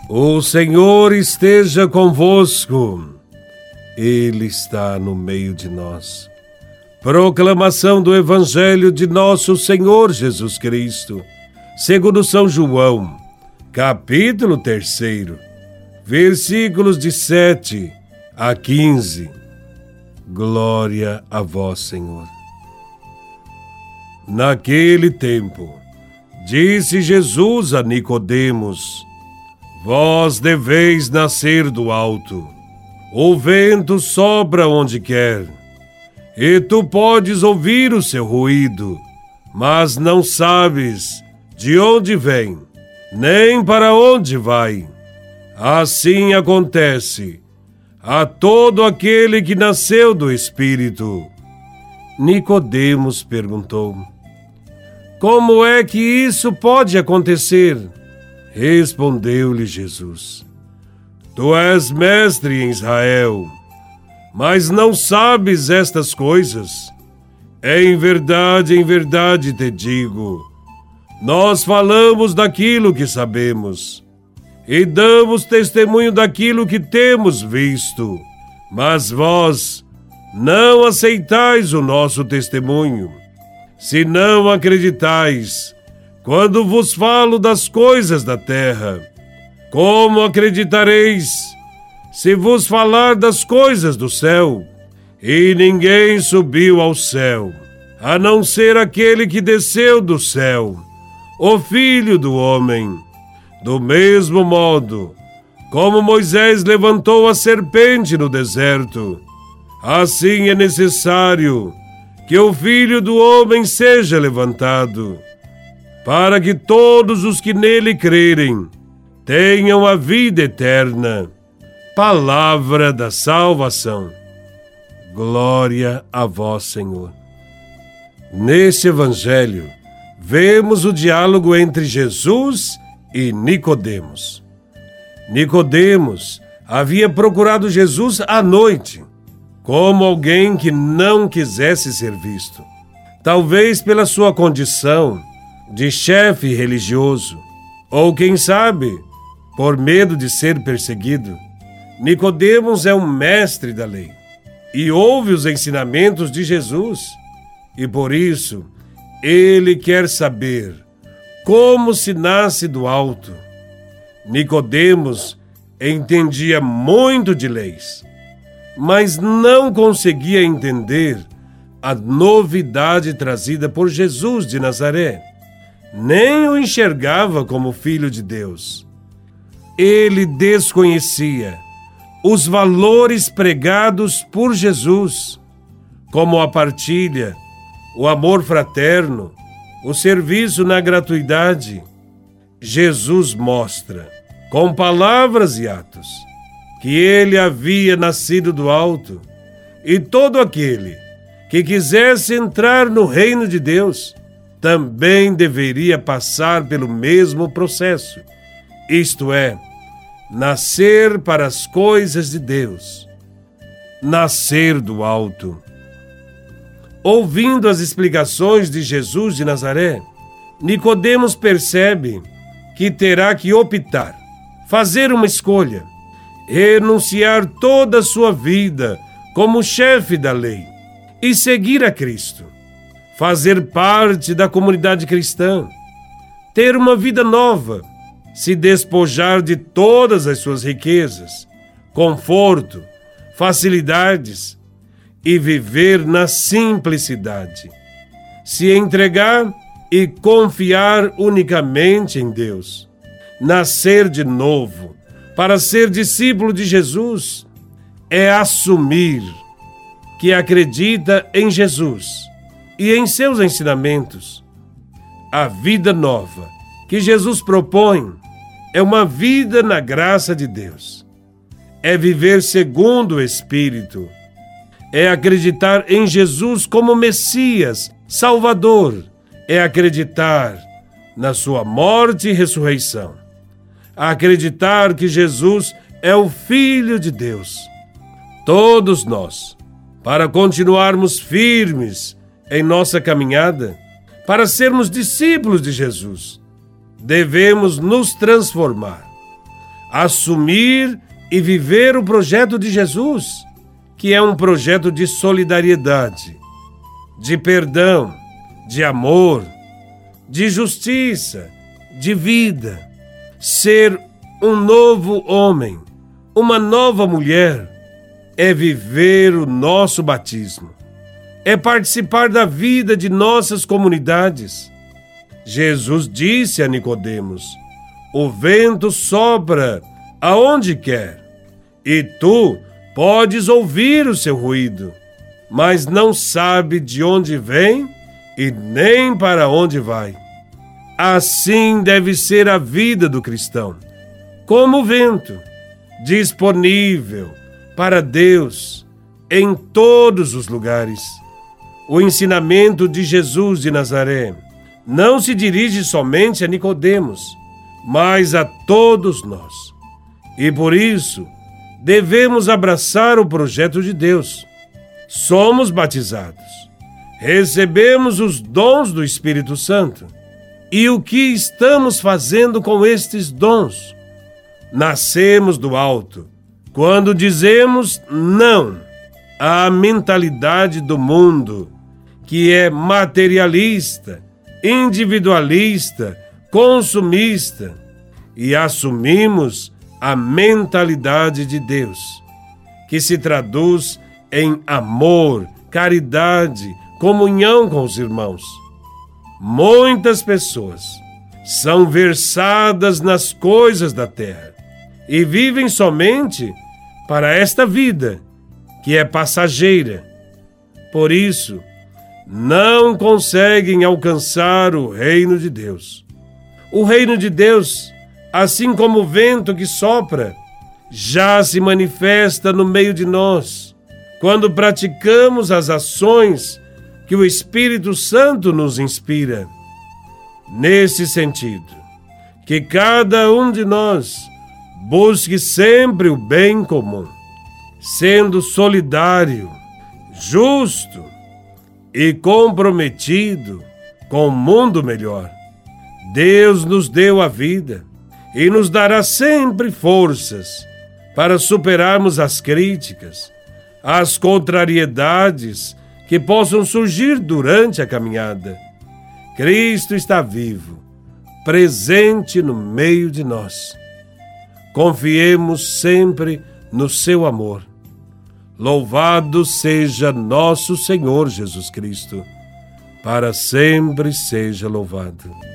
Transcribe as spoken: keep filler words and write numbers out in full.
O Senhor esteja convosco. Ele está no meio de nós. Proclamação do Evangelho de nosso Senhor Jesus Cristo, segundo São João, capítulo terceiro, versículos de sete a quinze. Glória a vós, Senhor. Naquele tempo, disse Jesus a Nicodemos: Vós deveis nascer do alto. O vento sopra onde quer, e tu podes ouvir o seu ruído, mas não sabes de onde vem, nem para onde vai. Assim acontece a todo aquele que nasceu do Espírito. Nicodemos perguntou: Como é que isso pode acontecer? Respondeu-lhe Jesus: Tu és mestre em Israel, mas não sabes estas coisas? Em verdade, em verdade te digo, nós falamos daquilo que sabemos e damos testemunho daquilo que temos visto, mas vós não aceitais o nosso testemunho. Se não acreditais quando vos falo das coisas da terra, como acreditareis se vos falar das coisas do céu? E ninguém subiu ao céu, a não ser aquele que desceu do céu, o Filho do Homem. Do mesmo modo, como Moisés levantou a serpente no deserto, assim é necessário que o Filho do Homem seja levantado, para que todos os que nele crerem tenham a vida eterna. Palavra da salvação. Glória a vós, Senhor. Neste Evangelho, vemos o diálogo entre Jesus e Nicodemos. Nicodemos havia procurado Jesus à noite, como alguém que não quisesse ser visto. Talvez pela sua condição de chefe religioso, ou quem sabe, por medo de ser perseguido. Nicodemos é um mestre da lei e ouve os ensinamentos de Jesus, e por isso ele quer saber como se nasce do alto. Nicodemos entendia muito de leis, mas não conseguia entender a novidade trazida por Jesus de Nazaré. Nem o enxergava como filho de Deus. Ele desconhecia os valores pregados por Jesus, como a partilha, o amor fraterno, o serviço na gratuidade. Jesus mostra, com palavras e atos, que ele havia nascido do alto, e todo aquele que quisesse entrar no reino de Deus também deveria passar pelo mesmo processo, isto é, nascer para as coisas de Deus, nascer do alto. Ouvindo as explicações de Jesus de Nazaré, Nicodemos percebe que terá que optar, fazer uma escolha, renunciar toda a sua vida como chefe da lei e seguir a Cristo, fazer parte da comunidade cristã, ter uma vida nova, se despojar de todas as suas riquezas, conforto, facilidades e viver na simplicidade, se entregar e confiar unicamente em Deus. Nascer de novo para ser discípulo de Jesus é assumir que acredita em Jesus e em seus ensinamentos. A vida nova que Jesus propõe é uma vida na graça de Deus. É viver segundo o Espírito. É acreditar em Jesus como Messias, Salvador. É acreditar na sua morte e ressurreição. Acreditar que Jesus é o Filho de Deus. Todos nós, para continuarmos firmes em nossa caminhada, para sermos discípulos de Jesus, devemos nos transformar, assumir e viver o projeto de Jesus, que é um projeto de solidariedade, de perdão, de amor, de justiça, de vida. Ser um novo homem, uma nova mulher, é viver o nosso batismo, é participar da vida de nossas comunidades. Jesus disse a Nicodemos: o vento sopra aonde quer, e tu podes ouvir o seu ruído, mas não sabe de onde vem e nem para onde vai. Assim deve ser a vida do cristão, como o vento, disponível para Deus em todos os lugares. O ensinamento de Jesus de Nazaré não se dirige somente a Nicodemos, mas a todos nós. E por isso, devemos abraçar o projeto de Deus. Somos batizados, recebemos os dons do Espírito Santo. E o que estamos fazendo com estes dons? Nascemos do alto quando dizemos não à mentalidade do mundo, que é materialista, individualista, consumista, e assumimos a mentalidade de Deus, que se traduz em amor, caridade, comunhão com os irmãos. Muitas pessoas são versadas nas coisas da terra e vivem somente para esta vida, que é passageira. Por isso, não conseguem alcançar o reino de Deus. O reino de Deus, assim como o vento que sopra, já se manifesta no meio de nós, quando praticamos as ações que o Espírito Santo nos inspira. Nesse sentido, que cada um de nós busque sempre o bem comum, sendo solidário, justo e comprometido com um mundo melhor. Deus nos deu a vida e nos dará sempre forças para superarmos as críticas, as contrariedades que possam surgir durante a caminhada. Cristo está vivo, presente no meio de nós. Confiemos sempre no seu amor. Louvado seja nosso Senhor Jesus Cristo, para sempre seja louvado.